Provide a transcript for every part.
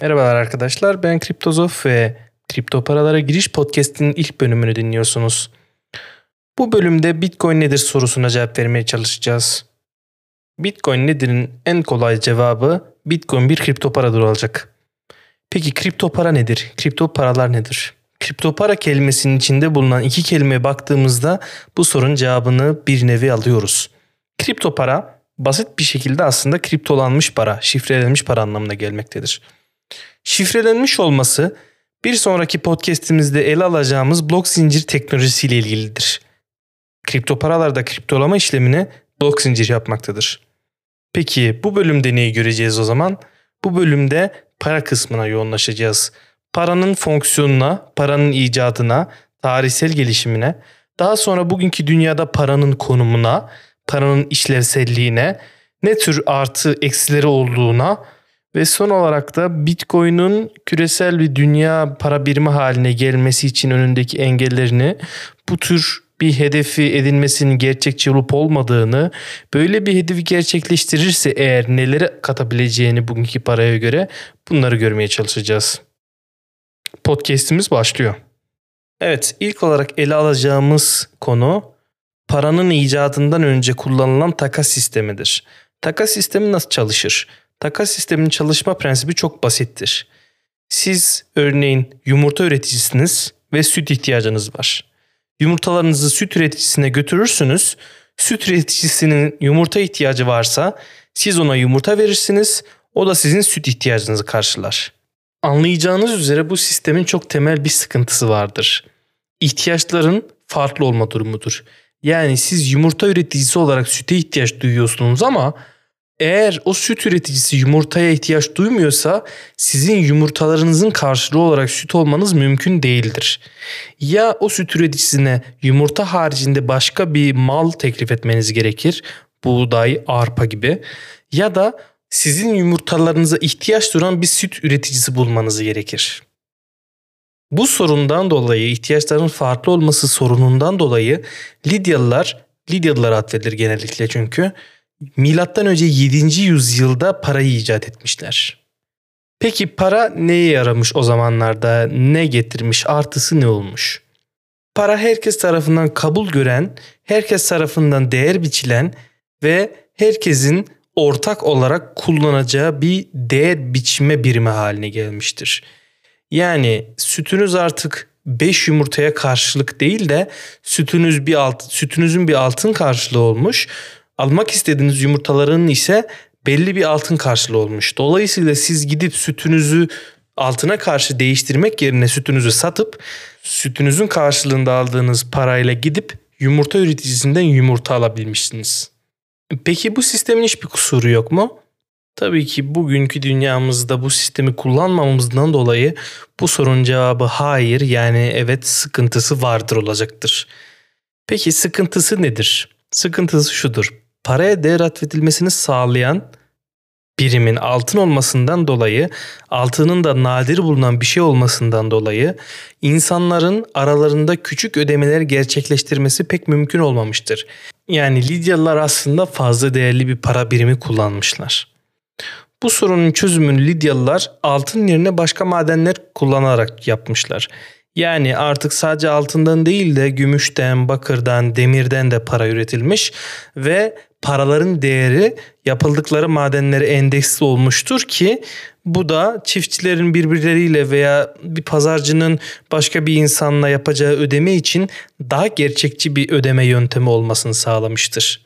Merhabalar arkadaşlar, ben Kriptozof ve Kripto Paralara Giriş Podcast'in ilk bölümünü dinliyorsunuz. Bu bölümde Bitcoin nedir sorusuna cevap vermeye çalışacağız. Bitcoin nedir'in en kolay cevabı Bitcoin bir kripto paradır olacak. Peki kripto para nedir? Kripto paralar nedir? Kripto para kelimesinin içinde bulunan iki kelimeye baktığımızda bu sorunun cevabını bir nevi alıyoruz. Kripto para basit bir şekilde aslında kriptolanmış para, şifrelenmiş para anlamına gelmektedir. Şifrelenmiş olması bir sonraki podcast'imizde ele alacağımız blok zincir teknolojisiyle ilgilidir. Kripto paralarda kriptolama işlemini blok zincir yapmaktadır. Peki bu bölümde neyi göreceğiz o zaman? Bu bölümde para kısmına yoğunlaşacağız. Paranın fonksiyonuna, paranın icadına, tarihsel gelişimine, daha sonra bugünkü dünyada paranın konumuna, paranın işlevselliğine, ne tür artı eksileri olduğuna ve son olarak da Bitcoin'in küresel bir dünya para birimi haline gelmesi için önündeki engellerini, bu tür bir hedefi edinmesinin gerçekçi olup olmadığını, böyle bir hedefi gerçekleştirirse eğer nelere katabileceğini bugünkü paraya göre bunları görmeye çalışacağız. Podcast'imiz başlıyor. Evet, ilk olarak ele alacağımız konu paranın icadından önce kullanılan takas sistemidir. Takas sistemi nasıl çalışır? Takas sisteminin çalışma prensibi çok basittir. Siz örneğin yumurta üreticisiniz ve süt ihtiyacınız var. Yumurtalarınızı süt üreticisine götürürsünüz. Süt üreticisinin yumurta ihtiyacı varsa siz ona yumurta verirsiniz. O da sizin süt ihtiyacınızı karşılar. Anlayacağınız üzere bu sistemin çok temel bir sıkıntısı vardır. İhtiyaçların farklı olma durumudur. Yani siz yumurta üreticisi olarak süte ihtiyaç duyuyorsunuz ama eğer o süt üreticisi yumurtaya ihtiyaç duymuyorsa sizin yumurtalarınızın karşılığı olarak süt olmanız mümkün değildir. Ya o süt üreticisine yumurta haricinde başka bir mal teklif etmeniz gerekir. Buğday, arpa gibi. Ya da sizin yumurtalarınıza ihtiyaç duyan bir süt üreticisi bulmanız gerekir. Bu sorundan dolayı, ihtiyaçların farklı olması sorunundan dolayı Lidyalılar atfedilir genellikle çünkü Milattan önce 7. yüzyılda parayı icat etmişler. Peki para neye yaramış o zamanlarda? Ne getirmiş? Artısı ne olmuş? Para herkes tarafından kabul gören, herkes tarafından değer biçilen ve herkesin ortak olarak kullanacağı bir değer biçme birimi haline gelmiştir. Yani sütünüz artık 5 yumurtaya karşılık değil de sütünüzün bir altın karşılığı olmuş. Almak istediğiniz yumurtaların ise belli bir altın karşılığı olmuş. Dolayısıyla siz gidip sütünüzü altına karşı değiştirmek yerine sütünüzü satıp sütünüzün karşılığında aldığınız parayla gidip yumurta üreticisinden yumurta alabilmişsiniz. Peki bu sistemin hiçbir kusuru yok mu? Tabii ki bugünkü dünyamızda bu sistemi kullanmamızdan dolayı bu sorunun cevabı hayır, yani evet, sıkıntısı vardır olacaktır. Peki sıkıntısı nedir? Sıkıntısı şudur. Paraya değer atfedilmesini sağlayan birimin altın olmasından dolayı, altının da nadir bulunan bir şey olmasından dolayı insanların aralarında küçük ödemeler gerçekleştirmesi pek mümkün olmamıştır. Yani Lidyalılar aslında fazla değerli bir para birimi kullanmışlar. Bu sorunun çözümünü Lidyalılar altın yerine başka madenler kullanarak yapmışlar. Yani artık sadece altından değil de gümüşten, bakırdan, demirden de para üretilmiş ve paraların değeri yapıldıkları madenlere endeksli olmuştur ki bu da çiftçilerin birbirleriyle veya bir pazarcının başka bir insanla yapacağı ödeme için daha gerçekçi bir ödeme yöntemi olmasını sağlamıştır.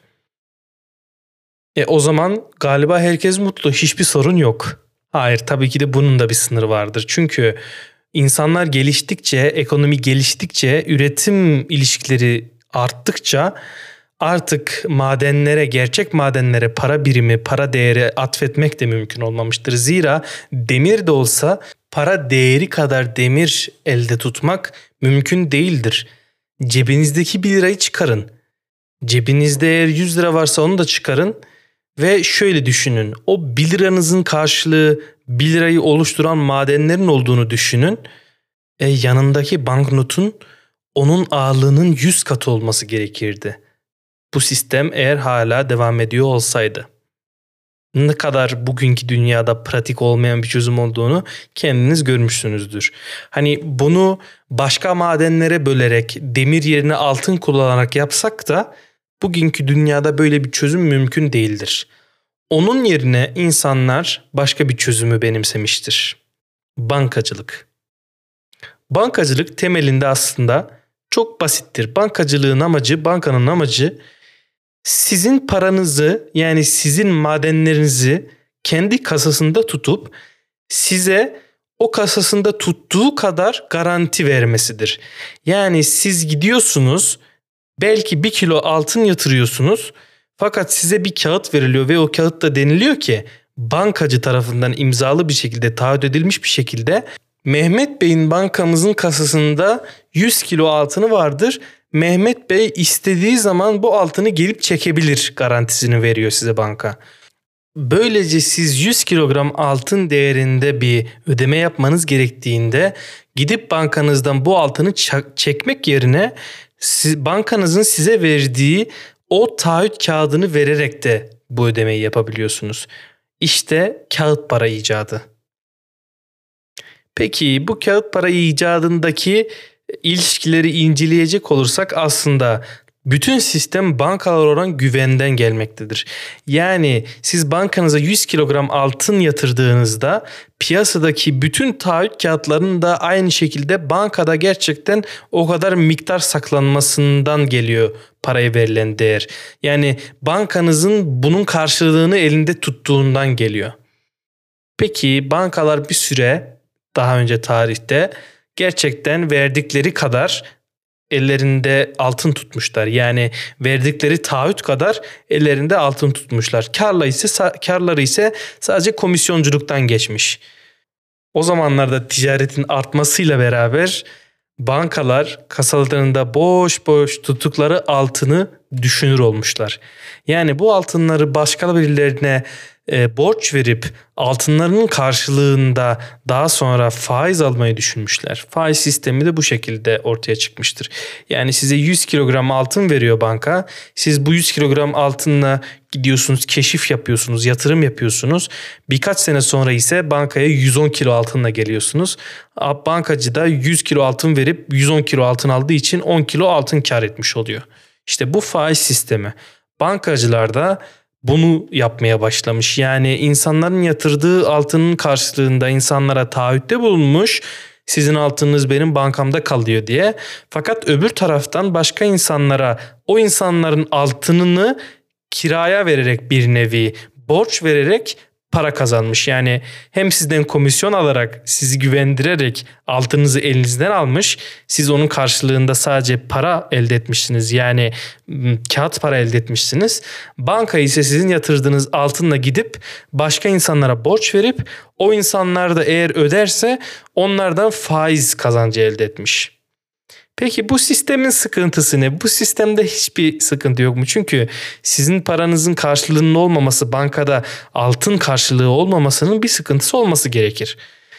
O zaman galiba herkes mutlu, hiçbir sorun yok. Hayır, tabii ki de bunun da bir sınırı vardır. Çünkü insanlar geliştikçe, ekonomi geliştikçe, üretim ilişkileri arttıkça artık madenlere, gerçek madenlere para birimi, para değeri atfetmek de mümkün olmamıştır. Zira demir de olsa para değeri kadar demir elde tutmak mümkün değildir. Cebinizdeki 1 lirayı çıkarın. Cebinizde eğer 100 lira varsa onu da çıkarın. Ve şöyle düşünün, o 1 liranızın karşılığı 1 lirayı oluşturan madenlerin olduğunu düşünün. Yanındaki banknotun onun ağırlığının 100 katı olması gerekirdi. Bu sistem eğer hala devam ediyor olsaydı. ne kadar bugünkü dünyada pratik olmayan bir çözüm olduğunu kendiniz görmüşsünüzdür. Hani bunu başka madenlere bölerek demir yerine altın kullanarak yapsak da bugünkü dünyada böyle bir çözüm mümkün değildir. Onun yerine insanlar başka bir çözümü benimsemiştir. Bankacılık. Bankacılık temelinde aslında çok basittir. Bankanın amacı sizin paranızı, yani sizin madenlerinizi kendi kasasında tutup size o kasasında tuttuğu kadar garanti vermesidir. Yani siz gidiyorsunuz, belki 1 kilo altın yatırıyorsunuz, fakat size bir kağıt veriliyor ve o kağıtta deniliyor ki bankacı tarafından imzalı bir şekilde, taahhüt edilmiş bir şekilde Mehmet Bey'in bankamızın kasasında 100 kilo altını vardır. Mehmet Bey istediği zaman bu altını gelip çekebilir garantisini veriyor size banka. Böylece siz 100 kilogram altın değerinde bir ödeme yapmanız gerektiğinde gidip bankanızdan bu altını çekmek yerine bankanızın size verdiği o taahhüt kağıdını vererek de bu ödemeyi yapabiliyorsunuz. İşte kağıt para icadı. Peki bu kağıt para icadındaki ilişkileri inceleyecek olursak aslında bütün sistem bankalar olan güvenden gelmektedir. Yani siz bankanıza 100 kilogram altın yatırdığınızda piyasadaki bütün taahhüt kağıtlarının da aynı şekilde bankada gerçekten o kadar miktar saklanmasından geliyor paraya verilen değer. Yani bankanızın bunun karşılığını elinde tuttuğundan geliyor. Peki bankalar bir süre daha önce tarihte gerçekten verdikleri kadar ellerinde altın tutmuşlar. Yani verdikleri taahhüt kadar ellerinde altın tutmuşlar. Karları ise sadece komisyonculuktan geçmiş. O zamanlarda ticaretin artmasıyla beraber bankalar kasalarında boş boş tuttukları altını düşünür olmuşlar. Yani bu altınları başka birilerine borç verip altınlarının karşılığında daha sonra faiz almayı düşünmüşler. Faiz sistemi de bu şekilde ortaya çıkmıştır. Yani size 100 kilogram altın veriyor banka. Siz bu 100 kilogram altınla gidiyorsunuz, keşif yapıyorsunuz, yatırım yapıyorsunuz. Birkaç sene sonra ise bankaya 110 kilo altınla geliyorsunuz. Bankacı da 100 kilo altın verip 110 kilo altın aldığı için 10 kilo altın kar etmiş oluyor. İşte bu faiz sistemi. Bankacılar da bunu yapmaya başlamış. Yani insanların yatırdığı altının karşılığında insanlara taahhütte bulunmuş. Sizin altınız benim bankamda kalıyor diye. Fakat öbür taraftan başka insanlara o insanların altınını kiraya vererek bir nevi borç vererek para kazanmış. Yani hem sizden komisyon alarak sizi güvendirerek altınızı elinizden almış. Siz onun karşılığında sadece para elde etmişsiniz. Yani kağıt para elde etmişsiniz. Banka ise sizin yatırdığınız altınla gidip başka insanlara borç verip o insanlar da eğer öderse onlardan faiz kazancı elde etmiş. Peki bu sistemin sıkıntısı ne? Bu sistemde hiçbir sıkıntı yok mu? Çünkü sizin paranızın karşılığının olmaması, bankada altın karşılığı olmamasının bir sıkıntısı olması gerekir.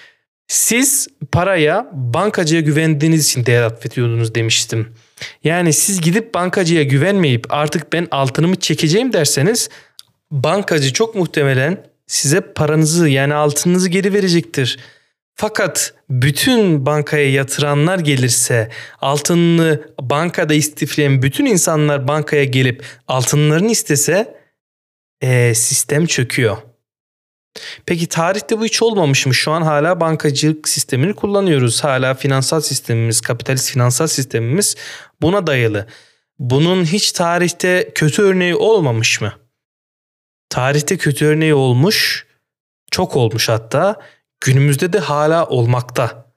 Siz paraya bankacıya güvendiğiniz için değer atfediyordunuz demiştim. Yani siz gidip bankacıya güvenmeyip artık ben altınımı çekeceğim derseniz bankacı çok muhtemelen size paranızı, yani altınınızı geri verecektir. Fakat bütün bankaya yatıranlar gelirse, altınını bankada istifleyen bütün insanlar bankaya gelip altınlarını istese sistem çöküyor. Peki tarihte bu hiç olmamış mı? Şu an hala bankacılık sistemini kullanıyoruz. Hala finansal sistemimiz, kapitalist finansal sistemimiz buna dayalı. Bunun hiç tarihte kötü örneği olmamış mı? Tarihte kötü örneği olmuş, çok olmuş hatta. Günümüzde de hala olmakta.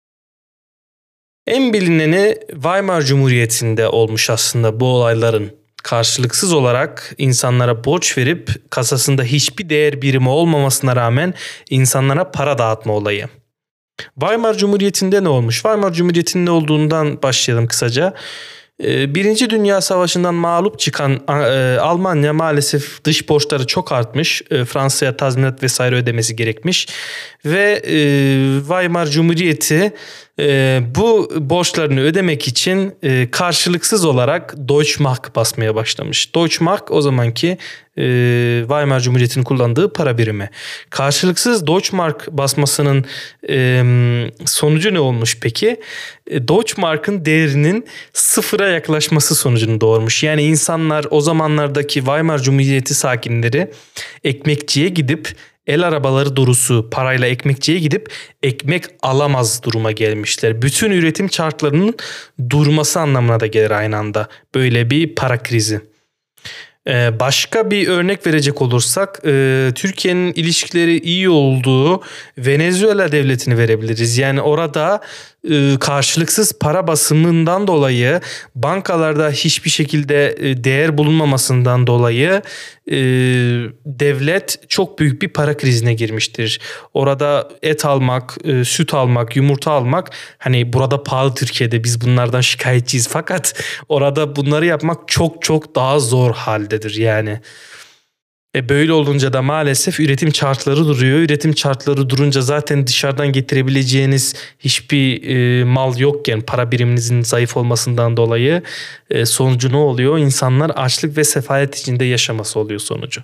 En bilineni Weimar Cumhuriyeti'nde olmuş aslında bu olayların. Karşılıksız olarak insanlara borç verip kasasında hiçbir değer birimi olmamasına rağmen insanlara para dağıtma olayı. Weimar Cumhuriyeti'nde ne olmuş? Weimar Cumhuriyeti'nin ne olduğundan başlayalım kısaca. Birinci Dünya Savaşı'ndan mağlup çıkan Almanya maalesef dış borçları çok artmış. Fransa'ya tazminat vesaire ödemesi gerekmiş. Ve Weimar Cumhuriyeti Bu borçlarını ödemek için karşılıksız olarak Deutschmark basmaya başlamış. Deutschmark o zamanki Weimar Cumhuriyeti'nin kullandığı para birimi. Karşılıksız Deutschmark basmasının sonucu ne olmuş peki? Deutschmark'ın değerinin sıfıra yaklaşması sonucunu doğurmuş. Yani insanlar o zamanlardaki Weimar Cumhuriyeti sakinleri ekmekçiye gidip el arabaları dolusu parayla ekmekçiye gidip ekmek alamaz duruma gelmişler. Bütün üretim çarklarının durması anlamına da gelir aynı anda. Böyle bir para krizi. Başka bir örnek verecek olursak Türkiye'nin ilişkileri iyi olduğu Venezuela devletini verebiliriz. Yani orada karşılıksız para basımından dolayı bankalarda hiçbir şekilde değer bulunmamasından dolayı devlet çok büyük bir para krizine girmiştir. Orada et almak, süt almak, yumurta almak hani burada pahalı Türkiye'de biz bunlardan şikayetçiyiz fakat orada bunları yapmak çok çok daha zor haldedir yani. Böyle olunca da maalesef üretim çarkları duruyor. Üretim çarkları durunca zaten dışarıdan getirebileceğiniz hiçbir mal yokken para biriminizin zayıf olmasından dolayı sonucu ne oluyor? İnsanlar açlık ve sefalet içinde yaşaması oluyor sonucu.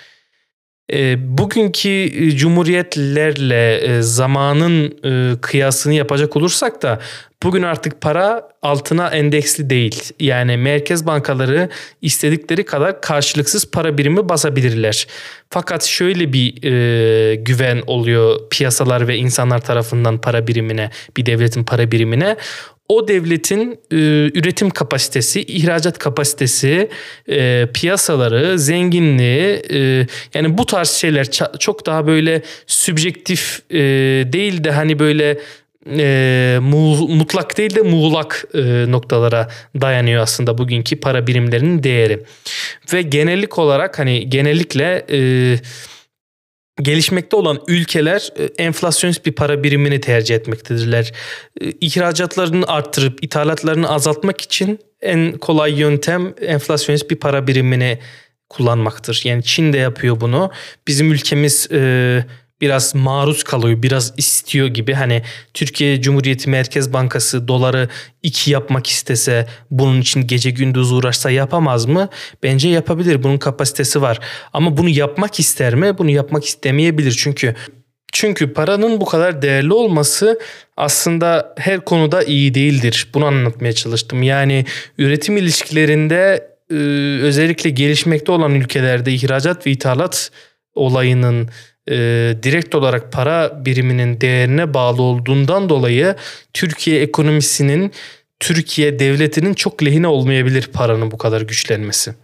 Bugünkü cumhuriyetlerle zamanın kıyasını yapacak olursak da bugün artık para altına endeksli değil. Yani merkez bankaları istedikleri kadar karşılıksız para birimi basabilirler. Fakat şöyle bir güven oluyor piyasalar ve insanlar tarafından para birimine, bir devletin para birimine. O devletin üretim kapasitesi, ihracat kapasitesi, piyasaları, zenginliği yani bu tarz şeyler çok daha böyle sübjektif değil de hani böyle mutlak değil de muğlak noktalara dayanıyor aslında bugünkü para birimlerinin değeri. Ve genellikle gelişmekte olan ülkeler enflasyonist bir para birimini tercih etmektedirler. İhracatlarını arttırıp ithalatlarını azaltmak için en kolay yöntem enflasyonist bir para birimini kullanmaktır. Yani Çin de yapıyor bunu. Bizim ülkemiz biraz maruz kalıyor, biraz istiyor gibi. Hani Türkiye Cumhuriyeti Merkez Bankası doları 2 yapmak istese, bunun için gece gündüz uğraşsa yapamaz mı? Bence yapabilir. Bunun kapasitesi var. Ama bunu yapmak ister mi? Bunu yapmak istemeyebilir. Çünkü paranın bu kadar değerli olması aslında her konuda iyi değildir. Bunu anlatmaya çalıştım. Yani üretim ilişkilerinde özellikle gelişmekte olan ülkelerde ihracat ve ithalat olayının direkt olarak para biriminin değerine bağlı olduğundan dolayı Türkiye ekonomisinin, Türkiye devletinin çok lehine olmayabilir paranın bu kadar güçlenmesi.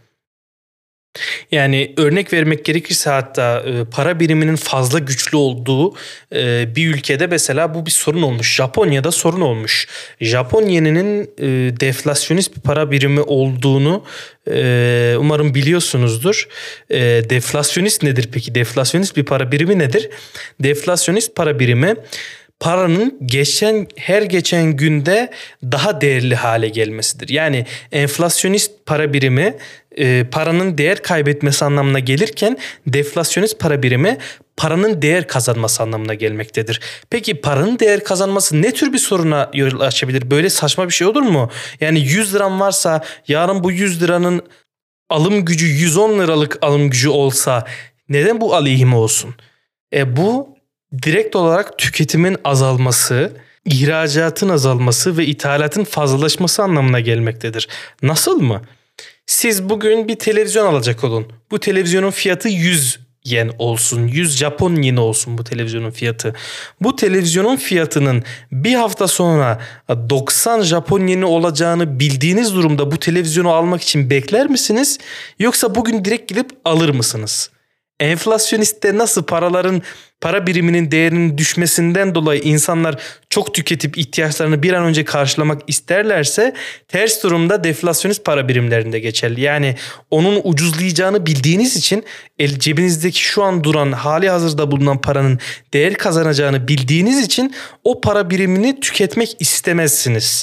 Yani örnek vermek gerekirse hatta para biriminin fazla güçlü olduğu bir ülkede mesela bu bir sorun olmuş. Japonya'da sorun olmuş. Japon yeninin deflasyonist bir para birimi olduğunu umarım biliyorsunuzdur. Deflasyonist nedir peki? Deflasyonist bir para birimi nedir? Deflasyonist para birimi paranın her geçen günde daha değerli hale gelmesidir. Yani enflasyonist para birimi paranın değer kaybetmesi anlamına gelirken deflasyonist para birimi paranın değer kazanması anlamına gelmektedir. Peki paranın değer kazanması ne tür bir soruna yol açabilir? Böyle saçma bir şey olur mu? Yani 100 liram varsa yarın bu 100 liranın alım gücü 110 liralık alım gücü olsa neden bu aleyhime olsun? Bu direkt olarak tüketimin azalması, ihracatın azalması ve ithalatın fazlalaşması anlamına gelmektedir. Nasıl mı? Siz bugün bir televizyon alacak olun. Bu televizyonun fiyatı 100 yen olsun. 100 Japon yeni olsun bu televizyonun fiyatı. Bu televizyonun fiyatının bir hafta sonra 90 Japon yeni olacağını bildiğiniz durumda bu televizyonu almak için bekler misiniz? Yoksa bugün direkt gidip alır mısınız? Enflasyonistte nasıl para biriminin değerinin düşmesinden dolayı insanlar çok tüketip ihtiyaçlarını bir an önce karşılamak isterlerse ters durumda deflasyonist para birimlerinde geçerli. Yani onun ucuzlayacağını bildiğiniz için cebinizdeki şu an duran hali hazırda bulunan paranın değer kazanacağını bildiğiniz için o para birimini tüketmek istemezsiniz.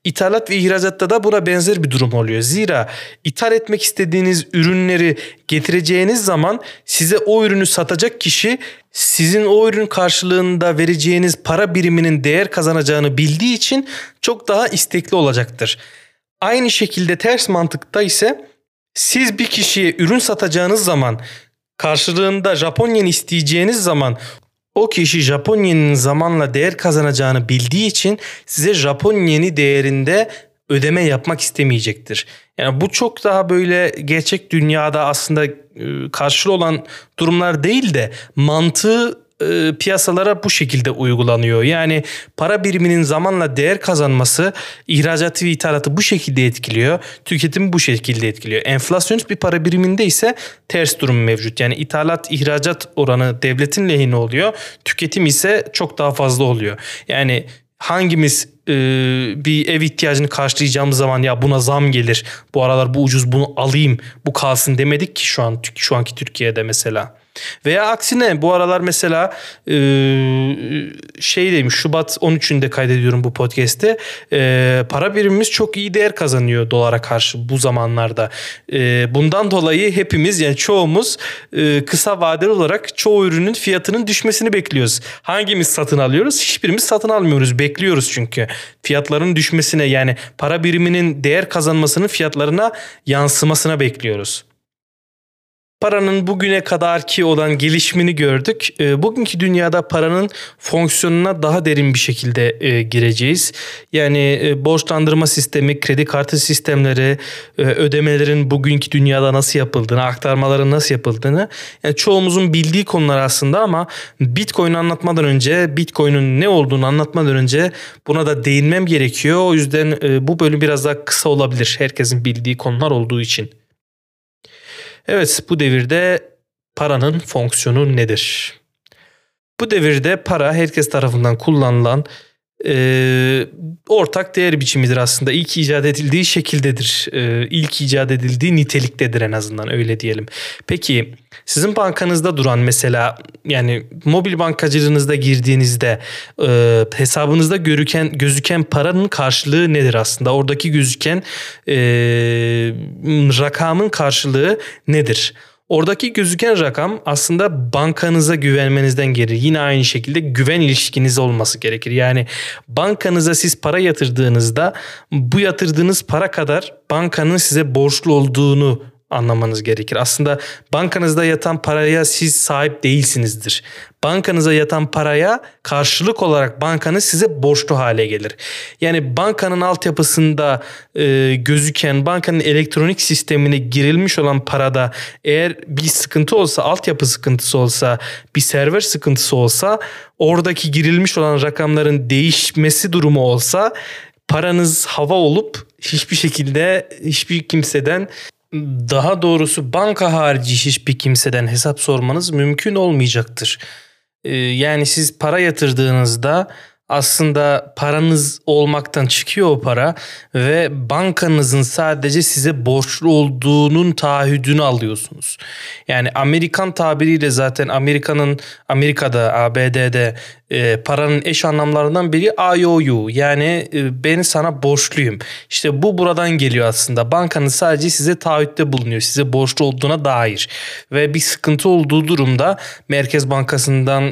İthalat ve ihracatta da buna benzer bir durum oluyor. Zira ithal etmek istediğiniz ürünleri getireceğiniz zaman size o ürünü satacak kişi sizin o ürün karşılığında vereceğiniz para biriminin değer kazanacağını bildiği için çok daha istekli olacaktır. Aynı şekilde ters mantıkta ise siz bir kişiye ürün satacağınız zaman karşılığında Japon yeni isteyeceğiniz zaman o kişi Japon yeninin zamanla değer kazanacağını bildiği için size Japon yeni değerinde ödeme yapmak istemeyecektir. Yani bu çok daha böyle gerçek dünyada aslında karşılığı olan durumlar değil de mantığı piyasalara bu şekilde uygulanıyor. Yani para biriminin zamanla değer kazanması ihracatı ve ithalatı bu şekilde etkiliyor. Tüketimi bu şekilde etkiliyor. Enflasyonist bir para biriminde ise ters durum mevcut. Yani ithalat ihracat oranı devletin lehine oluyor. Tüketim ise çok daha fazla oluyor. Yani hangimiz bir ev ihtiyacını karşılayacağımız zaman ya buna zam gelir, bu aralar bu ucuz bunu alayım, bu kalsın demedik ki şu anki Türkiye'de mesela. Veya aksine bu aralar mesela Şubat 13'ünde kaydediyorum bu podcast'te. Para birimimiz çok iyi değer kazanıyor dolara karşı bu zamanlarda. Bundan dolayı hepimiz yani çoğumuz kısa vadeli olarak çoğu ürünün fiyatının düşmesini bekliyoruz. Hangimiz satın alıyoruz? Hiçbirimiz satın almıyoruz. Bekliyoruz çünkü. Fiyatların düşmesine yani para biriminin değer kazanmasının fiyatlarına yansımasına bekliyoruz. Paranın bugüne kadarki olan gelişimini gördük. Bugünkü dünyada paranın fonksiyonuna daha derin bir şekilde gireceğiz. Yani borçlandırma sistemi, kredi kartı sistemleri, ödemelerin bugünkü dünyada nasıl yapıldığını, aktarmaların nasıl yapıldığını yani çoğumuzun bildiği konular aslında ama Bitcoin'i anlatmadan önce, Bitcoin'in ne olduğunu anlatmadan önce buna da değinmem gerekiyor. O yüzden bu bölüm biraz daha kısa olabilir herkesin bildiği konular olduğu için. Evet, bu devirde paranın fonksiyonu nedir? Bu devirde para herkes tarafından kullanılan ortak değer biçimidir aslında. İlk icat edildiği şekildedir. İlk icat edildiği niteliktedir en azından öyle diyelim. Peki sizin bankanızda duran mesela yani mobil bankacılığınızda girdiğinizde hesabınızda gözüken paranın karşılığı nedir aslında? Oradaki gözüken rakamın karşılığı nedir? Oradaki gözüken rakam aslında bankanıza güvenmenizden gelir. Yine aynı şekilde güven ilişkiniz olması gerekir. Yani bankanıza siz para yatırdığınızda bu yatırdığınız para kadar bankanın size borçlu olduğunu anlamanız gerekir. Aslında bankanızda yatan paraya siz sahip değilsinizdir. Bankanıza yatan paraya karşılık olarak bankanız size borçlu hale gelir. Yani bankanın altyapısında gözüken bankanın elektronik sistemine girilmiş olan parada eğer bir sıkıntı olsa, altyapı sıkıntısı olsa, bir server sıkıntısı olsa, oradaki girilmiş olan rakamların değişmesi durumu olsa paranız hava olup hiçbir şekilde hiçbir kimseden daha doğrusu banka harici hiçbir kimseden hesap sormanız mümkün olmayacaktır. Yani siz para yatırdığınızda aslında paranız olmaktan çıkıyor o para ve bankanızın sadece size borçlu olduğunun taahhüdünü alıyorsunuz. Yani Amerikan tabiriyle zaten Amerika'da, ABD'de paranın eş anlamlarından biri IOU yani ben sana borçluyum. İşte bu buradan geliyor aslında. Bankanız sadece size taahhütte bulunuyor. Size borçlu olduğuna dair. Ve bir sıkıntı olduğu durumda Merkez Bankası'ndan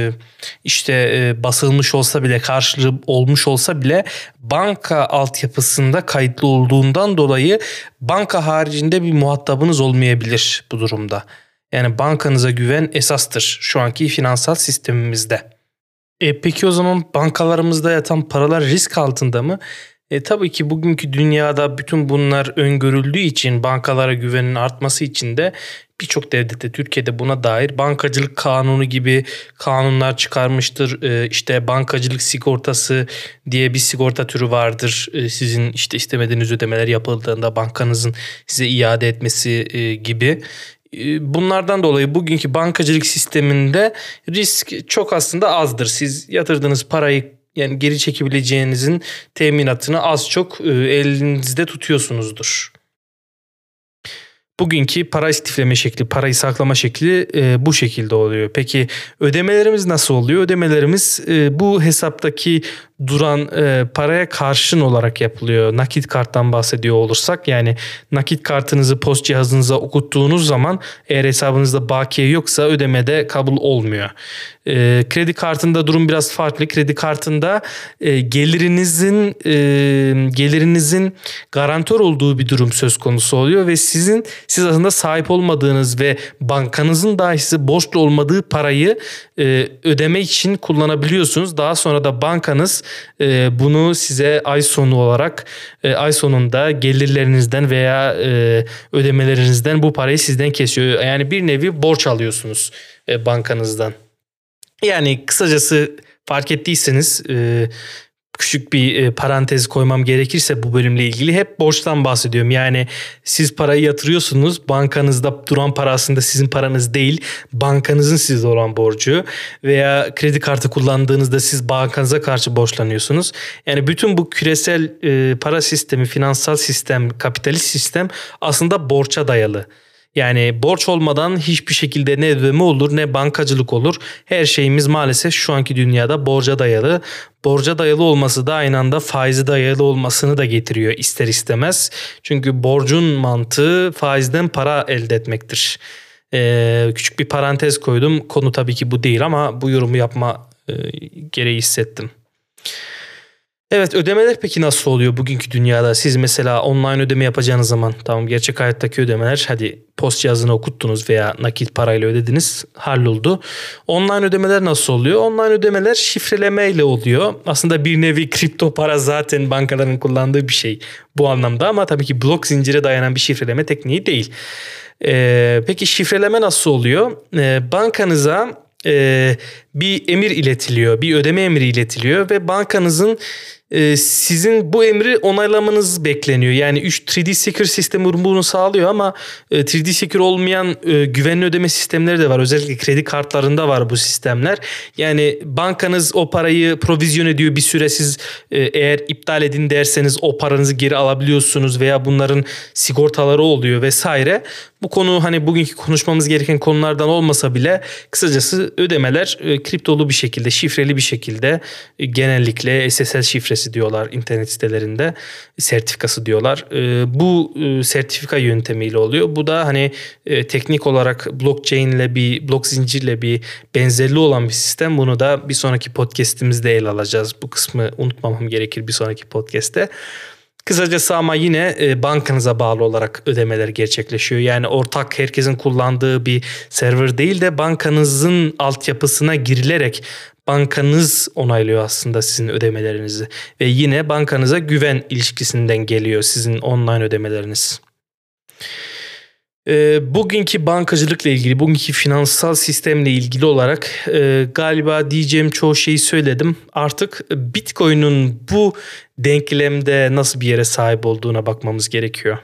basılmış olsa bile karşılığı olmuş olsa bile banka altyapısında kayıtlı olduğundan dolayı banka haricinde bir muhatabınız olmayabilir bu durumda. Yani bankanıza güven esastır şu anki finansal sistemimizde. Peki o zaman bankalarımızda yatan paralar risk altında mı? Tabii ki bugünkü dünyada bütün bunlar öngörüldüğü için bankalara güvenin artması için de birçok devlette Türkiye'de buna dair bankacılık kanunu gibi kanunlar çıkarmıştır. İşte bankacılık sigortası diye bir sigorta türü vardır. Sizin işte istemediğiniz ödemeler yapıldığında bankanızın size iade etmesi gibi. Bunlardan dolayı bugünkü bankacılık sisteminde risk çok aslında azdır. Siz yatırdığınız parayı yani geri çekebileceğinizin teminatını az çok elinizde tutuyorsunuzdur. Bugünkü para istifleme şekli, parayı saklama şekli bu şekilde oluyor. Peki ödemelerimiz nasıl oluyor? Ödemelerimiz bu hesaptaki duran paraya karşın olarak yapılıyor. Nakit karttan bahsediyor olursak, yani nakit kartınızı post cihazınıza okuttuğunuz zaman eğer hesabınızda bakiye yoksa ödemede kabul olmuyor. Kredi kartında durum biraz farklı. Kredi kartında gelirinizin garantör olduğu bir durum söz konusu oluyor ve siz aslında sahip olmadığınız ve bankanızın dahi size borçlu olmadığı parayı ödeme için kullanabiliyorsunuz. Daha sonra da bankanız bunu size ay sonunda gelirlerinizden veya ödemelerinizden bu parayı sizden kesiyor. Yani bir nevi borç alıyorsunuz bankanızdan. Yani kısacası fark ettiyseniz küçük bir parantez koymam gerekirse bu bölümle ilgili hep borçtan bahsediyorum. Yani siz parayı yatırıyorsunuz, bankanızda duran para aslında sizin paranız değil, bankanızın size olan borcu, veya kredi kartı kullandığınızda siz bankanıza karşı borçlanıyorsunuz. Yani bütün bu küresel para sistemi, finansal sistem, kapitalist sistem aslında borça dayalı. Yani borç olmadan hiçbir şekilde ne ödeme olur ne bankacılık olur. Her şeyimiz maalesef şu anki dünyada borca dayalı. Borca dayalı olması da aynı anda faize dayalı olmasını da getiriyor ister istemez. Çünkü borcun mantığı faizden para elde etmektir. Küçük bir parantez koydum. Konu tabii ki bu değil ama bu yorumu yapma gereği hissettim. Evet, ödemeler peki nasıl oluyor bugünkü dünyada? Siz mesela online ödeme yapacağınız zaman, tamam, gerçek hayattaki ödemeler, hadi post cihazına okuttunuz veya nakit parayla ödediniz, halloldu. Online ödemeler nasıl oluyor? Online ödemeler şifrelemeyle oluyor. Aslında bir nevi kripto para zaten bankaların kullandığı bir şey bu anlamda, ama tabii ki blok zincire dayanan bir şifreleme tekniği değil. Peki şifreleme nasıl oluyor? Bankanıza bir emir iletiliyor, bir ödeme emri iletiliyor ve bankanızın sizin bu emri onaylamanız bekleniyor. Yani 3D Secure sistemi bunu sağlıyor ama 3D Secure olmayan güvenli ödeme sistemleri de var. Özellikle kredi kartlarında var bu sistemler. Yani bankanız o parayı provizyon ediyor bir süre, siz eğer iptal edin derseniz o paranızı geri alabiliyorsunuz veya bunların sigortaları oluyor vesaire. Bu konu hani bugünkü konuşmamız gereken konulardan olmasa bile kısacası ödemeler kriptolu bir şekilde, şifreli bir şekilde, genellikle SSL şifresi diyorlar internet sitelerinde, sertifikası diyorlar. Bu sertifika yöntemiyle oluyor. Bu da hani teknik olarak blockchain ile blok zincirle bir benzerliği olan bir sistem. Bunu da bir sonraki podcast'imizde ele alacağız. Bu kısmı unutmamam gerekir bir sonraki podcast'te. Kısacası ama yine bankanıza bağlı olarak ödemeler gerçekleşiyor. Yani ortak herkesin kullandığı bir server değil de bankanızın altyapısına girilerek bankanız onaylıyor aslında sizin ödemelerinizi. Ve yine bankanıza güven ilişkisinden geliyor sizin online ödemeleriniz. Bugünkü bankacılıkla ilgili, bugünkü finansal sistemle ilgili olarak galiba diyeceğim çoğu şeyi söyledim. Artık Bitcoin'in bu denklemde nasıl bir yere sahip olduğuna bakmamız gerekiyor.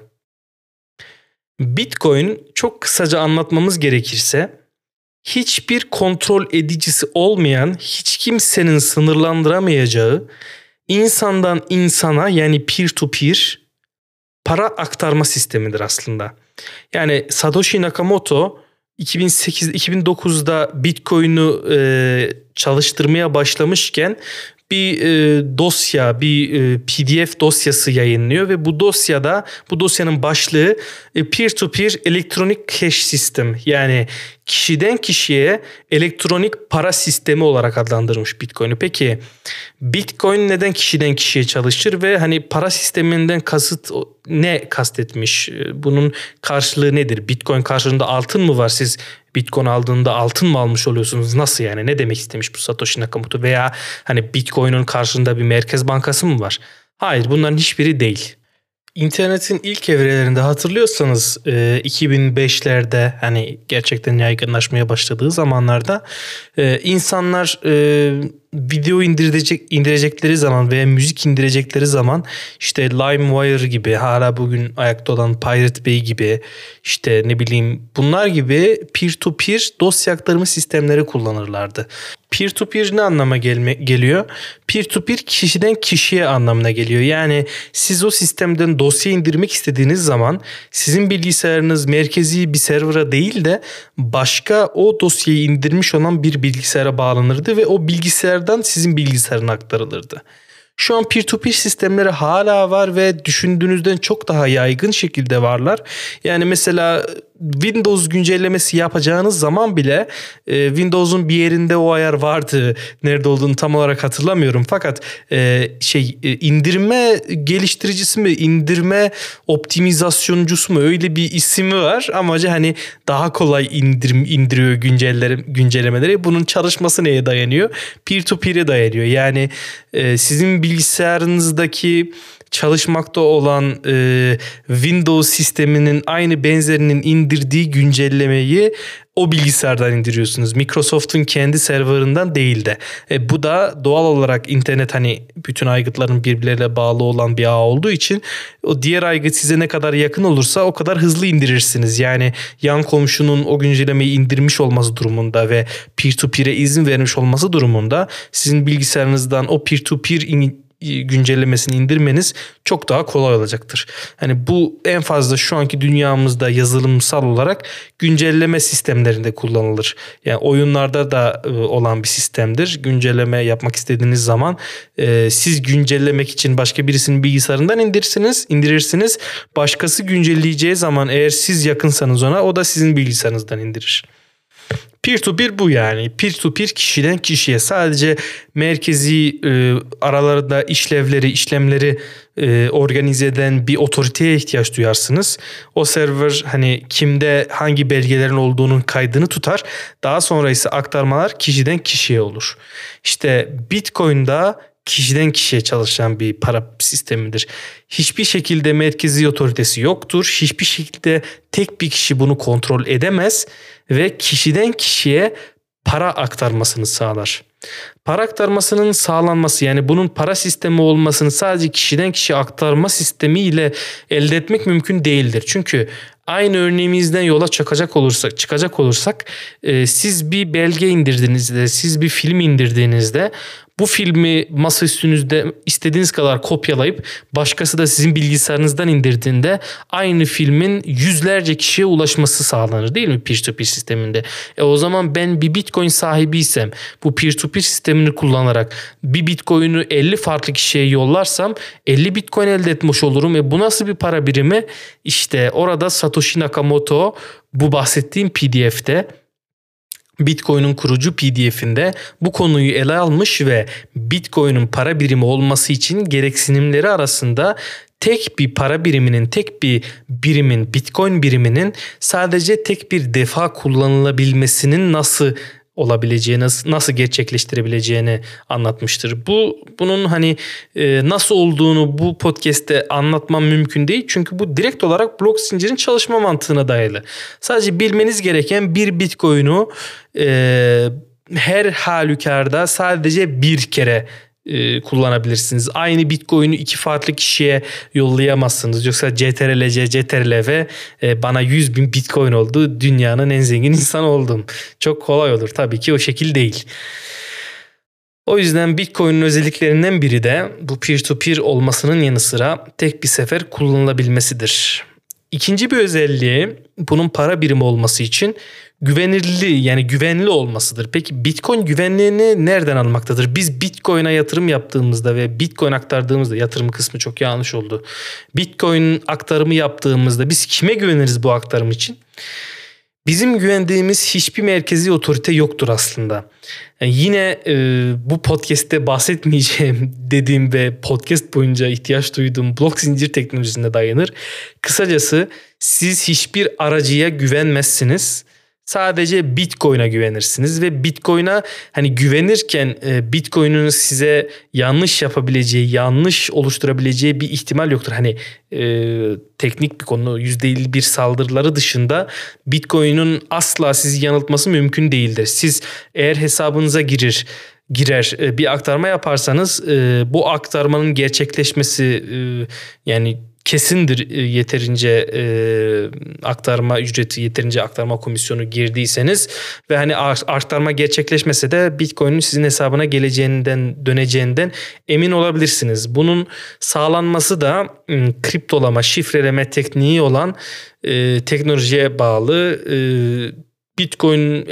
Bitcoin, çok kısaca anlatmamız gerekirse, hiçbir kontrol edicisi olmayan, hiç kimsenin sınırlandıramayacağı, insandan insana, yani peer to peer para aktarma sistemidir aslında. Yani Satoshi Nakamoto 2008-2009'da Bitcoin'i çalıştırmaya başlamışken bir dosya, bir PDF dosyası yayınlıyor ve bu dosyanın başlığı peer to peer elektronik cash system, yani kişiden kişiye elektronik para sistemi olarak adlandırmış Bitcoin'i. Peki Bitcoin neden kişiden kişiye çalışır ve hani para sisteminden kasıt ne kastetmiş? Bunun karşılığı nedir? Bitcoin karşılığında altın mı var? Siz Bitcoin aldığında altın mı almış oluyorsunuz? Nasıl yani? Ne demek istemiş bu Satoshi Nakamoto? Veya hani Bitcoin'in karşılığında bir merkez bankası mı var? Hayır, bunların hiçbiri değil. İnternetin ilk evrelerinde hatırlıyorsanız 2005'lerde hani gerçekten yaygınlaşmaya başladığı zamanlarda insanlar video indirecekleri zaman veya müzik indirecekleri zaman işte LimeWire gibi, hala bugün ayakta olan Pirate Bay gibi, işte ne bileyim bunlar gibi peer-to-peer dosya aktarımı sistemleri kullanırlardı. Peer-to-peer ne anlama geliyor? Peer-to-peer kişiden kişiye anlamına geliyor. Yani siz o sistemden dosya indirmek istediğiniz zaman sizin bilgisayarınız merkezi bir server'a değil de başka o dosyayı indirmiş olan bir bilgisayara bağlanırdı ve o bilgisayardan sizin bilgisayarına aktarılırdı. Şu an peer-to-peer sistemleri hala var ve düşündüğünüzden çok daha yaygın şekilde varlar. Yani mesela Windows güncellemesi yapacağınız zaman bile Windows'un bir yerinde o ayar vardı. Nerede olduğunu tam olarak hatırlamıyorum. Fakat indirme geliştiricisi mi, indirme optimizasyoncusu mu, öyle bir ismi var. Amacı hani daha kolay indiriyor güncellemeleri. Bunun çalışması neye dayanıyor? Peer-to-peer'e dayanıyor. Yani sizin bilgisayarınızdaki çalışmakta olan Windows sisteminin aynı benzerinin indirdiği güncellemeyi o bilgisayardan indiriyorsunuz. Microsoft'un kendi serverından değil de. Bu da doğal olarak internet, hani bütün aygıtların birbirleriyle bağlı olan bir ağ olduğu için o diğer aygıt size ne kadar yakın olursa o kadar hızlı indirirsiniz. Yani yan komşunun o güncellemeyi indirmiş olması durumunda ve peer-to-peer'e izin vermiş olması durumunda sizin bilgisayarınızdan o peer-to-peer güncellemesini indirmeniz çok daha kolay olacaktır. Hani bu en fazla şu anki dünyamızda yazılımsal olarak güncelleme sistemlerinde kullanılır. Yani oyunlarda da olan bir sistemdir. Güncelleme yapmak istediğiniz zaman siz güncellemek için başka birisinin bilgisayarından indirirsiniz. Başkası güncelleyeceği zaman eğer siz yakınsanız ona, o da sizin bilgisayarınızdan indirir. Peer-to-peer bu yani. Peer-to-peer kişiden kişiye. Sadece merkezi aralarında işlemleri organize eden bir otoriteye ihtiyaç duyarsınız. O server hani kimde hangi belgelerin olduğunun kaydını tutar. Daha sonra ise aktarmalar kişiden kişiye olur. İşte Bitcoin'da kişiden kişiye çalışan bir para sistemidir. Hiçbir şekilde merkezi otoritesi yoktur. Hiçbir şekilde tek bir kişi bunu kontrol edemez ve kişiden kişiye para aktarmasını sağlar. Para aktarmasının sağlanması, yani bunun para sistemi olmasını sadece kişiden kişiye aktarma sistemiyle elde etmek mümkün değildir. Çünkü aynı örneğimizden yola çıkacak olursak siz bir belge indirdiğinizde, siz bir film indirdiğinizde bu filmi masa üstünüzde istediğiniz kadar kopyalayıp başkası da sizin bilgisayarınızdan indirdiğinde aynı filmin yüzlerce kişiye ulaşması sağlanır, değil mi peer-to-peer sisteminde? O zaman ben bir Bitcoin sahibiysem bu peer-to-peer sistemini kullanarak bir Bitcoin'i 50 farklı kişiye yollarsam 50 Bitcoin elde etmiş olurum. Bu nasıl bir para birimi? İşte orada Satoshi Nakamoto bu bahsettiğim PDF'te, Bitcoin'in kurucu PDF'inde bu konuyu ele almış ve Bitcoin'in para birimi olması için gereksinimleri arasında tek bir para biriminin, tek bir birimin, Bitcoin biriminin sadece tek bir defa kullanılabilmesinin nasıl olabileceğini, nasıl gerçekleştirebileceğini anlatmıştır. Bunun hani nasıl olduğunu bu podcast'te anlatmam mümkün değil. Çünkü bu direkt olarak blok zincirin çalışma mantığına dayalı. Sadece bilmeniz gereken bir Bitcoin'u her halükarda sadece bir kere kullanabilirsiniz. Aynı Bitcoin'i iki farklı kişiye yollayamazsınız. Yoksa CTRL bana 100.000 Bitcoin oldu, dünyanın en zengin insanı oldum. Çok kolay olur. Tabii ki o şekil değil. O yüzden Bitcoin'in özelliklerinden biri de bu peer-to-peer olmasının yanı sıra tek bir sefer kullanılabilmesidir. İkinci bir özelliği bunun para birimi olması için güvenli olmasıdır. Peki Bitcoin güvenliğini nereden almaktadır? Biz Bitcoin'e yatırım yaptığımızda ve Bitcoin aktardığımızda, yatırım kısmı çok yanlış oldu. Bitcoin aktarımı yaptığımızda biz kime güveniriz bu aktarım için? Bizim güvendiğimiz hiçbir merkezi otorite yoktur aslında. Yani yine bu podcast'te bahsetmeyeceğim dediğim ve podcast boyunca ihtiyaç duyduğum blok zincir teknolojisine dayanır. Kısacası siz hiçbir aracıya güvenmezsiniz. Sadece Bitcoin'e güvenirsiniz ve Bitcoin'e hani güvenirken Bitcoin'in size yanlış yapabileceği, yanlış oluşturabileceği bir ihtimal yoktur. Hani teknik bir konu, %51 saldırıları dışında Bitcoin'in asla sizi yanıltması mümkün değildir. Siz eğer hesabınıza girer. Bir aktarma yaparsanız bu aktarmanın gerçekleşmesi yani kesindir, yeterince aktarma ücreti, yeterince aktarma komisyonu girdiyseniz ve hani aktarma gerçekleşmese de Bitcoin'in sizin hesabına geleceğinden, döneceğinden emin olabilirsiniz. Bunun sağlanması da kriptolama, şifreleme tekniği olan teknolojiye bağlı. Bitcoin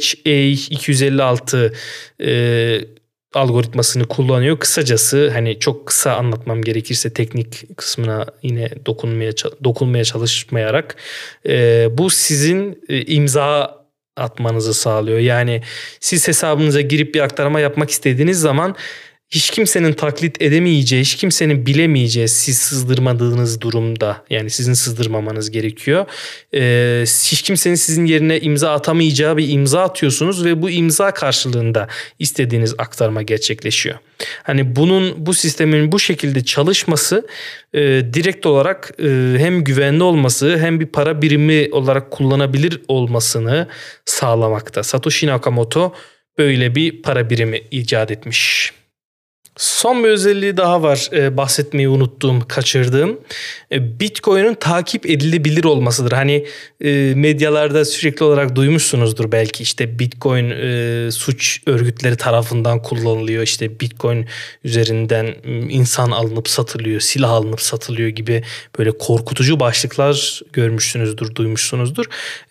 SHA-256 algoritmasını kullanıyor. Kısacası hani çok kısa anlatmam gerekirse teknik kısmına yine dokunmaya çalışmayarak bu sizin imza atmanızı sağlıyor. Yani siz hesabınıza girip bir aktarma yapmak istediğiniz zaman hiç kimsenin taklit edemeyeceği, hiç kimsenin bilemeyeceği siz sızdırmadığınız durumda, yani sizin sızdırmamanız gerekiyor. Hiç kimsenin sizin yerine imza atamayacağı bir imza atıyorsunuz ve bu imza karşılığında istediğiniz aktarma gerçekleşiyor. Hani bu sistemin bu şekilde çalışması direkt olarak hem güvenli olması hem bir para birimi olarak kullanabilir olmasını sağlamakta. Satoshi Nakamoto böyle bir para birimi icat etmiş. Son bir özelliği daha var bahsetmeyi unuttuğum, kaçırdığım. Bitcoin'in takip edilebilir olmasıdır. Hani medyalarda sürekli olarak duymuşsunuzdur belki, işte Bitcoin suç örgütleri tarafından kullanılıyor. İşte Bitcoin üzerinden insan alınıp satılıyor, silah alınıp satılıyor gibi böyle korkutucu başlıklar görmüşsünüzdür, duymuşsunuzdur.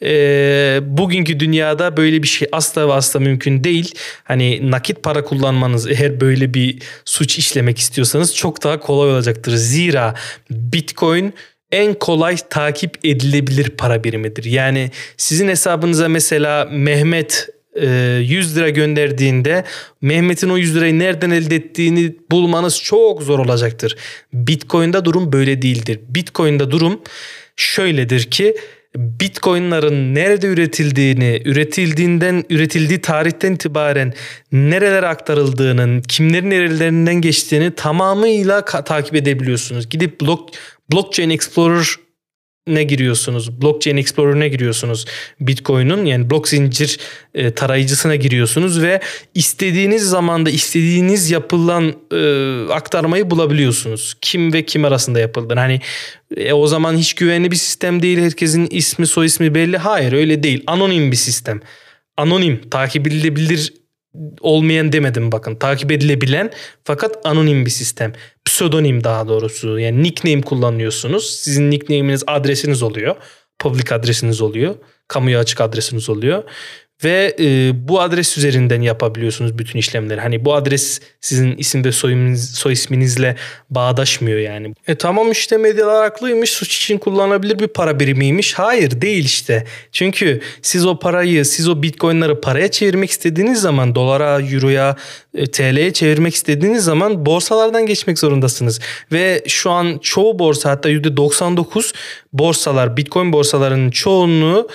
Bugünkü dünyada böyle bir şey asla ve asla mümkün değil. Hani nakit para kullanmanız, eğer böyle bir suç işlemek istiyorsanız çok daha kolay olacaktır. Zira Bitcoin en kolay takip edilebilir para birimidir. Yani sizin hesabınıza mesela Mehmet 100 lira gönderdiğinde Mehmet'in o 100 lirayı nereden elde ettiğini bulmanız çok zor olacaktır. Bitcoin'de durum böyle değildir. Bitcoin'de durum şöyledir ki Bitcoin'ların nerede üretildiği tarihten itibaren nerelere aktarıldığının, kimlerin ellerinden geçtiğini tamamıyla takip edebiliyorsunuz. Gidip Blockchain Explorer'ne giriyorsunuz. Bitcoin'in, yani blok zincir tarayıcısına giriyorsunuz ve istediğiniz zamanda istediğiniz yapılan aktarmayı bulabiliyorsunuz. Kim ve kim arasında yapıldığını. Hani o zaman hiç güvenli bir sistem değil. Herkesin ismi, soy ismi belli. Hayır, öyle değil. Anonim bir sistem. Anonim, takip edilebilir olmayan demedim bakın. Takip edilebilen fakat anonim bir sistem. Pseudonim daha doğrusu. Yani nickname kullanıyorsunuz. Sizin nickname'iniz adresiniz oluyor. Public adresiniz oluyor. Kamuya açık adresiniz oluyor. Ve bu adres üzerinden yapabiliyorsunuz bütün işlemleri. Hani bu adres sizin isim ve soy isminizle bağdaşmıyor yani. Tamam, işte medyalar haklıymış. Suç için kullanılabilir bir para birimiymiş. Hayır, değil işte. Çünkü siz o Bitcoin'ları paraya çevirmek istediğiniz zaman, dolara, euroya, TL'ye çevirmek istediğiniz zaman borsalardan geçmek zorundasınız. Ve şu an çoğu borsa, hatta %99 borsalar, Bitcoin borsalarının çoğunluğu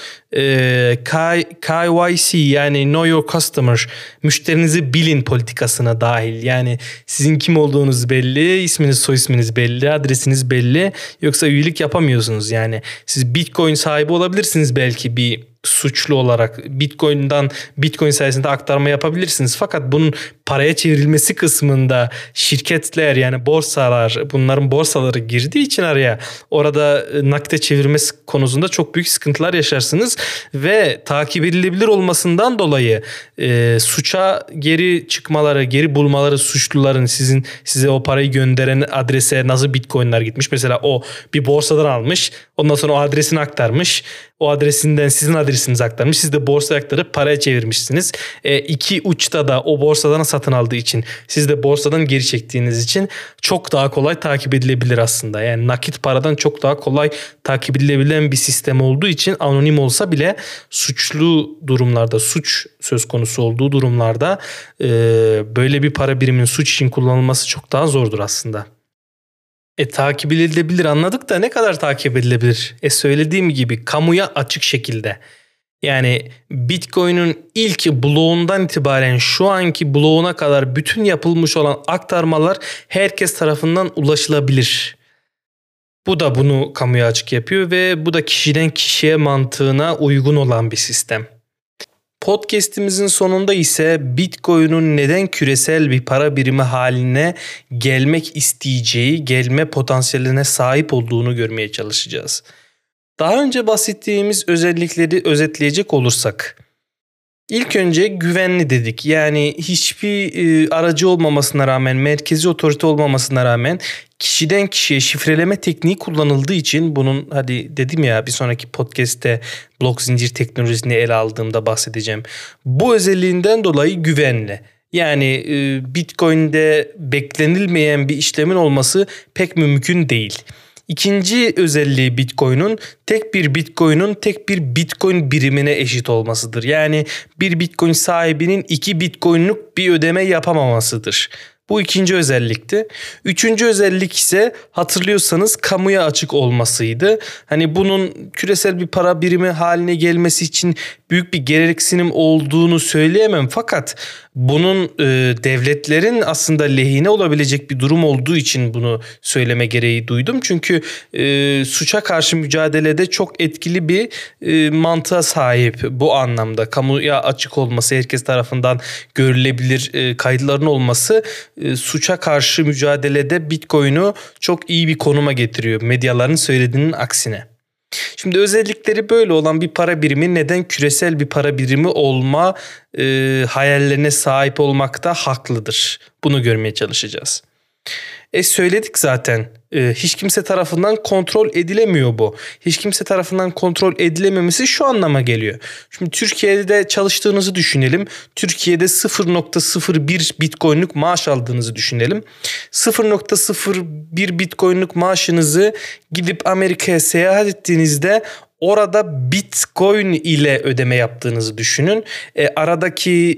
KYC, yani Know Your Customer, müşterinizi bilin politikasına dahil. Yani sizin kim olduğunuz belli, isminiz, soy isminiz belli, adresiniz belli. Yoksa üyelik yapamıyorsunuz. Yani siz Bitcoin sahibi olabilirsiniz belki bir suçlu olarak. Bitcoin sayesinde aktarma yapabilirsiniz. Fakat bunun paraya çevrilmesi kısmında şirketler, yani borsalar, bunların borsaları girdiği için araya, orada nakite çevirmesi konusunda çok büyük sıkıntılar yaşarsınız ve takip edilebilir olmasından dolayı suça geri çıkmaları, geri bulmaları, suçluların size o parayı gönderen adrese nasıl Bitcoin'ler gitmiş. Mesela o bir borsadan almış. Ondan sonra o adresini aktarmış. O adresinden sizin adresinizi aktarmış. Siz de borsaya aktarıp paraya çevirmişsiniz. İki uçta da o borsadan satın aldığı için, siz de borsadan geri çektiğiniz için çok daha kolay takip edilebilir aslında. Yani nakit paradan çok daha kolay takip edilebilen bir sistem olduğu için, anonim olsa bile suçlu durumlarda, suç söz konusu olduğu durumlarda böyle bir para biriminin suç için kullanılması çok daha zordur aslında. Takip edilebilir anladık da ne kadar takip edilebilir? Söylediğim gibi kamuya açık şekilde. Yani Bitcoin'in ilk bloğundan itibaren şu anki bloğuna kadar bütün yapılmış olan aktarmalar herkes tarafından ulaşılabilir. Bu da bunu kamuya açık yapıyor ve bu da kişiden kişiye mantığına uygun olan bir sistem. Podcast'imizin sonunda ise Bitcoin'in neden küresel bir para birimi haline gelmek isteyeceği, gelme potansiyeline sahip olduğunu görmeye çalışacağız. Daha önce bahsettiğimiz özellikleri özetleyecek olursak, İlk önce güvenli dedik. Yani hiçbir aracı olmamasına rağmen, merkezi otorite olmamasına rağmen kişiden kişiye şifreleme tekniği kullanıldığı için bunun hadi dedim ya bir sonraki podcast'te blok zincir teknolojisini ele aldığımda bahsedeceğim. Bu özelliğinden dolayı güvenli. Yani Bitcoin'de beklenilmeyen bir işlemin olması pek mümkün değil. İkinci özelliği Bitcoin'in tek bir Bitcoin birimine eşit olmasıdır. Yani bir Bitcoin sahibinin 2 Bitcoin'luk bir ödeme yapamamasıdır. Bu ikinci özellikti. Üçüncü özellik ise hatırlıyorsanız kamuya açık olmasıydı. Hani bunun küresel bir para birimi haline gelmesi için büyük bir gereksinim olduğunu söyleyemem. Fakat bunun devletlerin aslında lehine olabilecek bir durum olduğu için bunu söyleme gereği duydum. Çünkü suça karşı mücadelede çok etkili bir mantığa sahip bu anlamda. Kamuya açık olması, herkes tarafından görülebilir kayıtların olması suça karşı mücadelede Bitcoin'i çok iyi bir konuma getiriyor. Medyaların söylediğinin aksine. Şimdi özellikleri böyle olan bir para birimi neden küresel bir para birimi olma hayallerine sahip olmakta haklıdır? Bunu görmeye çalışacağız. Söyledik zaten. Hiç kimse tarafından kontrol edilemiyor bu. Hiç kimse tarafından kontrol edilememesi şu anlama geliyor. Şimdi Türkiye'de çalıştığınızı düşünelim. Türkiye'de 0.01 Bitcoin'luk maaş aldığınızı düşünelim. 0.01 Bitcoin'luk maaşınızı gidip Amerika'ya seyahat ettiğinizde orada Bitcoin ile ödeme yaptığınızı düşünün. Aradaki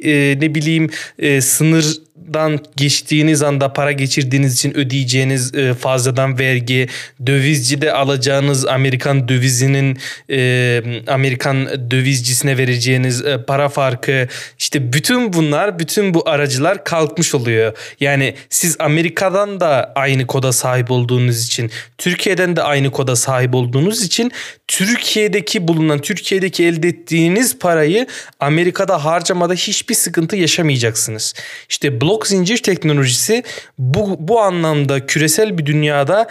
sınırdan geçtiğiniz anda para geçirdiğiniz için ödeyeceğiniz fazladan vergi, dövizcide alacağınız Amerikan dövizinin Amerikan dövizcisine vereceğiniz para farkı, işte bütün bu aracılar kalkmış oluyor. Yani siz Amerika'dan da aynı koda sahip olduğunuz için, Türkiye'den de aynı koda sahip olduğunuz için Türkiye'deki elde ettiğiniz parayı Amerika'da harcamada hiçbir sıkıntı yaşamayacaksınız. İşte blok zincir teknolojisi bu anlamda küresel bir dünyada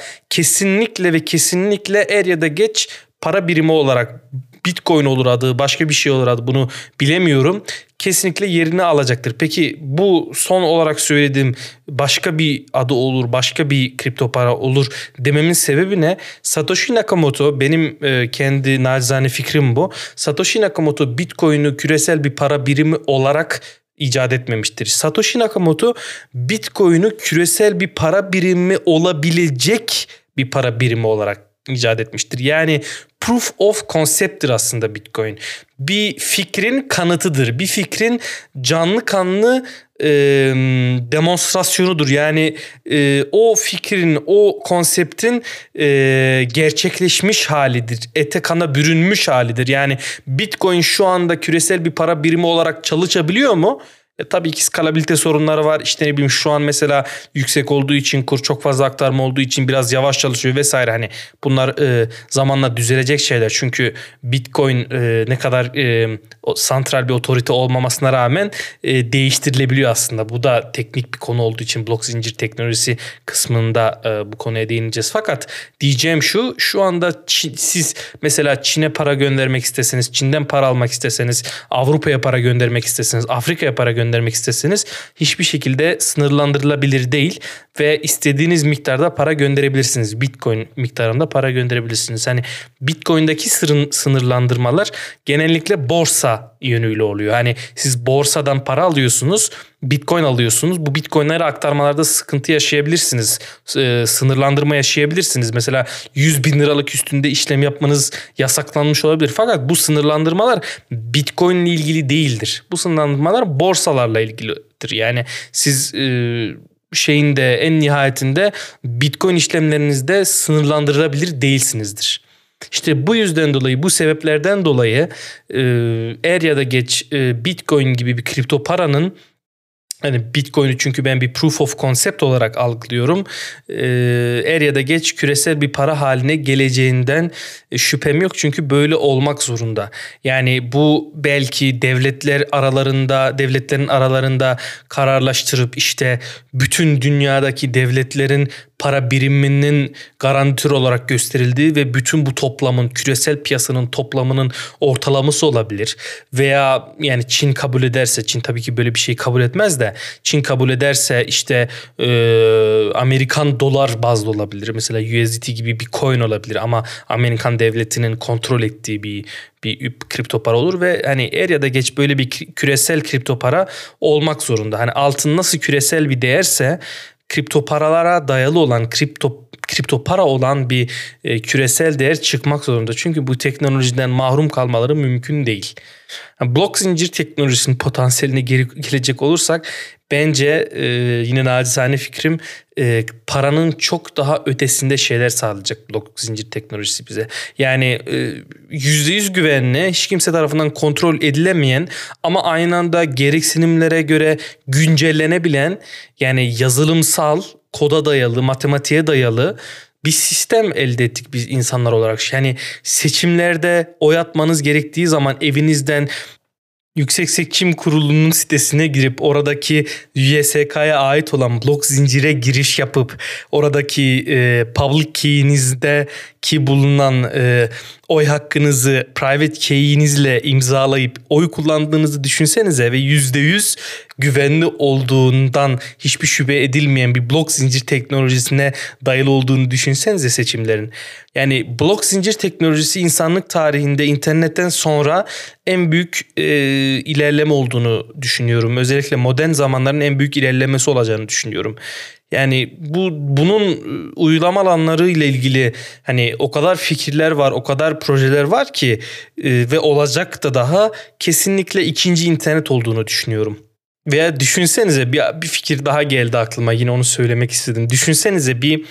kesinlikle er ya da geç para birimi olarak, Bitcoin olur adı, başka bir şey olur adı, bunu bilemiyorum, kesinlikle yerini alacaktır. Peki bu son olarak söylediğim başka bir adı olur, başka bir kripto para olur dememin sebebi ne? Satoshi Nakamoto, benim kendi nacizane fikrim bu. Satoshi Nakamoto Bitcoin'i küresel bir para birimi olarak icat etmemiştir. Satoshi Nakamoto Bitcoin'i küresel bir para birimi olabilecek bir para birimi olarak icat etmiştir. Yani proof of concept'tir aslında Bitcoin. Bir fikrin kanıtıdır. Bir fikrin canlı kanlı demonstrasyonudur. Yani o fikrin, o konseptin gerçekleşmiş halidir. Ete kana bürünmüş halidir. Yani Bitcoin şu anda küresel bir para birimi olarak çalışabiliyor mu? Tabii ki skalabilite sorunları var. İşte ne bileyim, şu an mesela yüksek olduğu için, kur çok fazla aktarma olduğu için biraz yavaş çalışıyor vesaire. Hani bunlar zamanla düzelecek şeyler. Çünkü Bitcoin ne kadar santral bir otorite olmamasına rağmen değiştirilebiliyor aslında. Bu da teknik bir konu olduğu için blok zincir teknolojisi kısmında bu konuya değineceğiz. Fakat diyeceğim şu anda siz mesela Çin'e para göndermek isteseniz, Çin'den para almak isteseniz, Avrupa'ya para göndermek isteseniz, Afrika'ya para göndermek isteseniz hiçbir şekilde sınırlandırılabilir değil ve istediğiniz miktarda para gönderebilirsiniz. Bitcoin miktarında para gönderebilirsiniz. Hani Bitcoin'deki sınırlandırmalar genellikle borsa yönüyle oluyor. Hani siz borsadan para alıyorsunuz, Bitcoin alıyorsunuz. Bu Bitcoin'leri aktarmalarda sıkıntı yaşayabilirsiniz. Sınırlandırma yaşayabilirsiniz. Mesela 100 bin liralık üstünde işlem yapmanız yasaklanmış olabilir. Fakat bu sınırlandırmalar Bitcoin ile ilgili değildir. Bu sınırlandırmalar borsalarla ilgilidir. Yani siz en nihayetinde Bitcoin işlemlerinizde sınırlandırılabilir değilsinizdir. İşte bu yüzden dolayı, bu sebeplerden dolayı er ya da geç Bitcoin gibi bir kripto paranın Hani Bitcoin'i çünkü ben bir proof of concept olarak algılıyorum. Er ya da geç küresel bir para haline geleceğinden şüphem yok. Çünkü böyle olmak zorunda. Yani bu belki devletlerin aralarında kararlaştırıp işte bütün dünyadaki devletlerin para biriminin garantör olarak gösterildiği ve bütün bu toplamın, küresel piyasanın toplamının ortalaması olabilir. Veya yani Çin kabul ederse, Çin tabii ki böyle bir şey kabul etmez de, Çin kabul ederse işte Amerikan dolar bazlı olabilir. Mesela USDT gibi bir coin olabilir ama Amerikan devletinin kontrol ettiği bir kripto para olur ve hani er ya da geç böyle bir küresel kripto para olmak zorunda. Hani altın nasıl küresel bir değerse, kripto paralara dayalı olan kripto para olan bir küresel değer çıkmak zorunda. Çünkü bu teknolojiden mahrum kalmaları mümkün değil. Yani blok zincir teknolojisinin potansiyeline gelecek olursak bence yine nacizane fikrim paranın çok daha ötesinde şeyler sağlayacak blok zincir teknolojisi bize. Yani %100 güvenli, hiç kimse tarafından kontrol edilemeyen ama aynı anda gereksinimlere göre güncellenebilen, yani yazılımsal, koda dayalı, matematiğe dayalı bir sistem elde ettik biz insanlar olarak. Yani seçimlerde oy atmanız gerektiği zaman evinizden Yüksek Seçim Kurulu'nun sitesine girip oradaki YSK'ya ait olan blok zincire giriş yapıp oradaki public key'inizde ki bulunan oy hakkınızı private key'inizle imzalayıp oy kullandığınızı düşünsenize ve %100 güvenli olduğundan hiçbir şüphe edilmeyen bir blok zincir teknolojisine dayalı olduğunu düşünsenize seçimlerin. Yani blok zincir teknolojisi insanlık tarihinde internetten sonra en büyük ilerleme olduğunu düşünüyorum. Özellikle modern zamanların en büyük ilerlemesi olacağını düşünüyorum. Yani bunun uygulama alanları ile ilgili hani o kadar fikirler var, o kadar projeler var ki ve olacak da daha, kesinlikle ikinci internet olduğunu düşünüyorum. Veya düşünsenize, bir fikir daha geldi aklıma, yine onu söylemek istedim. Düşünsenize bir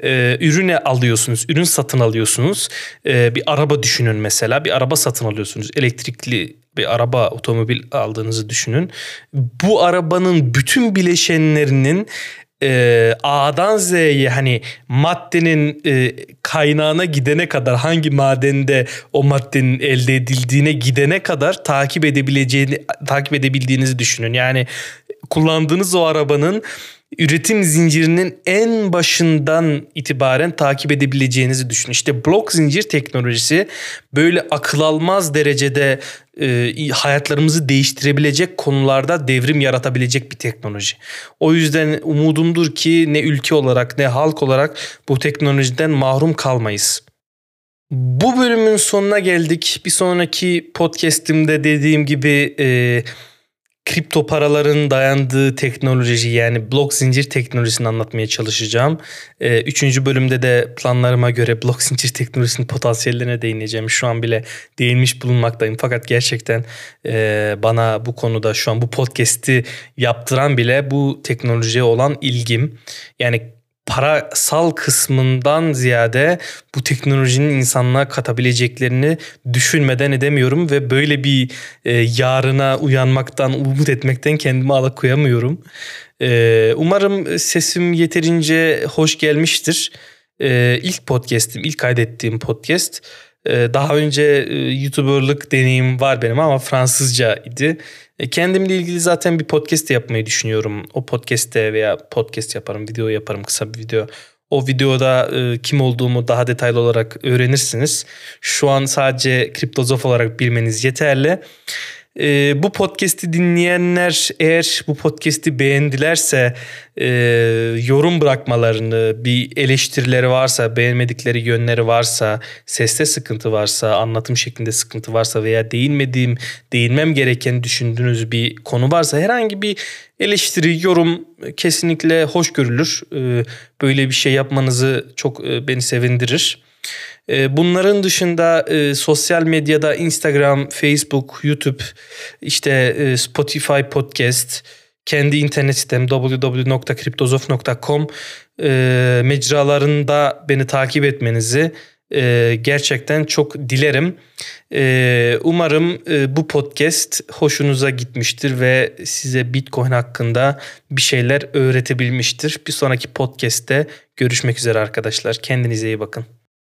ürün satın alıyorsunuz. Bir araba düşünün mesela, bir araba satın alıyorsunuz. Elektrikli bir araba, otomobil aldığınızı düşünün. Bu arabanın bütün bileşenlerinin A'dan Z'ye, hani maddenin kaynağına gidene kadar, hangi madende o maddenin elde edildiğine gidene kadar takip edebildiğinizi düşünün. Yani kullandığınız o arabanın üretim zincirinin en başından itibaren takip edebileceğinizi düşünün. İşte blok zincir teknolojisi böyle akıl almaz derecede hayatlarımızı değiştirebilecek konularda devrim yaratabilecek bir teknoloji. O yüzden umudumdur ki ne ülke olarak ne halk olarak bu teknolojiden mahrum kalmayız. Bu bölümün sonuna geldik. Bir sonraki podcast'imde dediğim gibi kripto paraların dayandığı teknoloji, yani blok zincir teknolojisini anlatmaya çalışacağım. Üçüncü bölümde de planlarıma göre blok zincir teknolojisinin potansiyellerine değineceğim. Şu an bile değinmiş bulunmaktayım. Fakat gerçekten bana bu konuda şu an bu podcast'i yaptıran bile bu teknolojiye olan ilgim. Yani parasal kısmından ziyade bu teknolojinin insanlığa katabileceklerini düşünmeden edemiyorum ve böyle bir yarına uyanmaktan, umut etmekten kendimi alıkoyamıyorum. Umarım sesim yeterince hoş gelmiştir. İlk kaydettiğim podcast. Daha önce YouTuber'lık deneyim var benim ama Fransızca idi. Kendimle ilgili zaten bir podcast yapmayı düşünüyorum. O podcast'te veya podcast yaparım, video yaparım, kısa bir video. O videoda kim olduğumu daha detaylı olarak öğrenirsiniz. Şu an sadece Kriptozof olarak bilmeniz yeterli. Bu podcast'i dinleyenler eğer bu podcast'i beğendilerse yorum bırakmalarını, bir eleştirileri varsa, beğenmedikleri yönleri varsa, seste sıkıntı varsa, anlatım şeklinde sıkıntı varsa veya değinmem gereken düşündüğünüz bir konu varsa, herhangi bir eleştiri, yorum kesinlikle hoş görülür. Böyle bir şey yapmanızı çok beni sevindirir. Bunların dışında sosyal medyada Instagram, Facebook, YouTube, işte Spotify Podcast, kendi internet sitem www.kriptozof.com mecralarında beni takip etmenizi Gerçekten çok dilerim. Umarım bu podcast hoşunuza gitmiştir ve size Bitcoin hakkında bir şeyler öğretebilmiştir. Bir sonraki podcast'te görüşmek üzere arkadaşlar. Kendinize iyi bakın.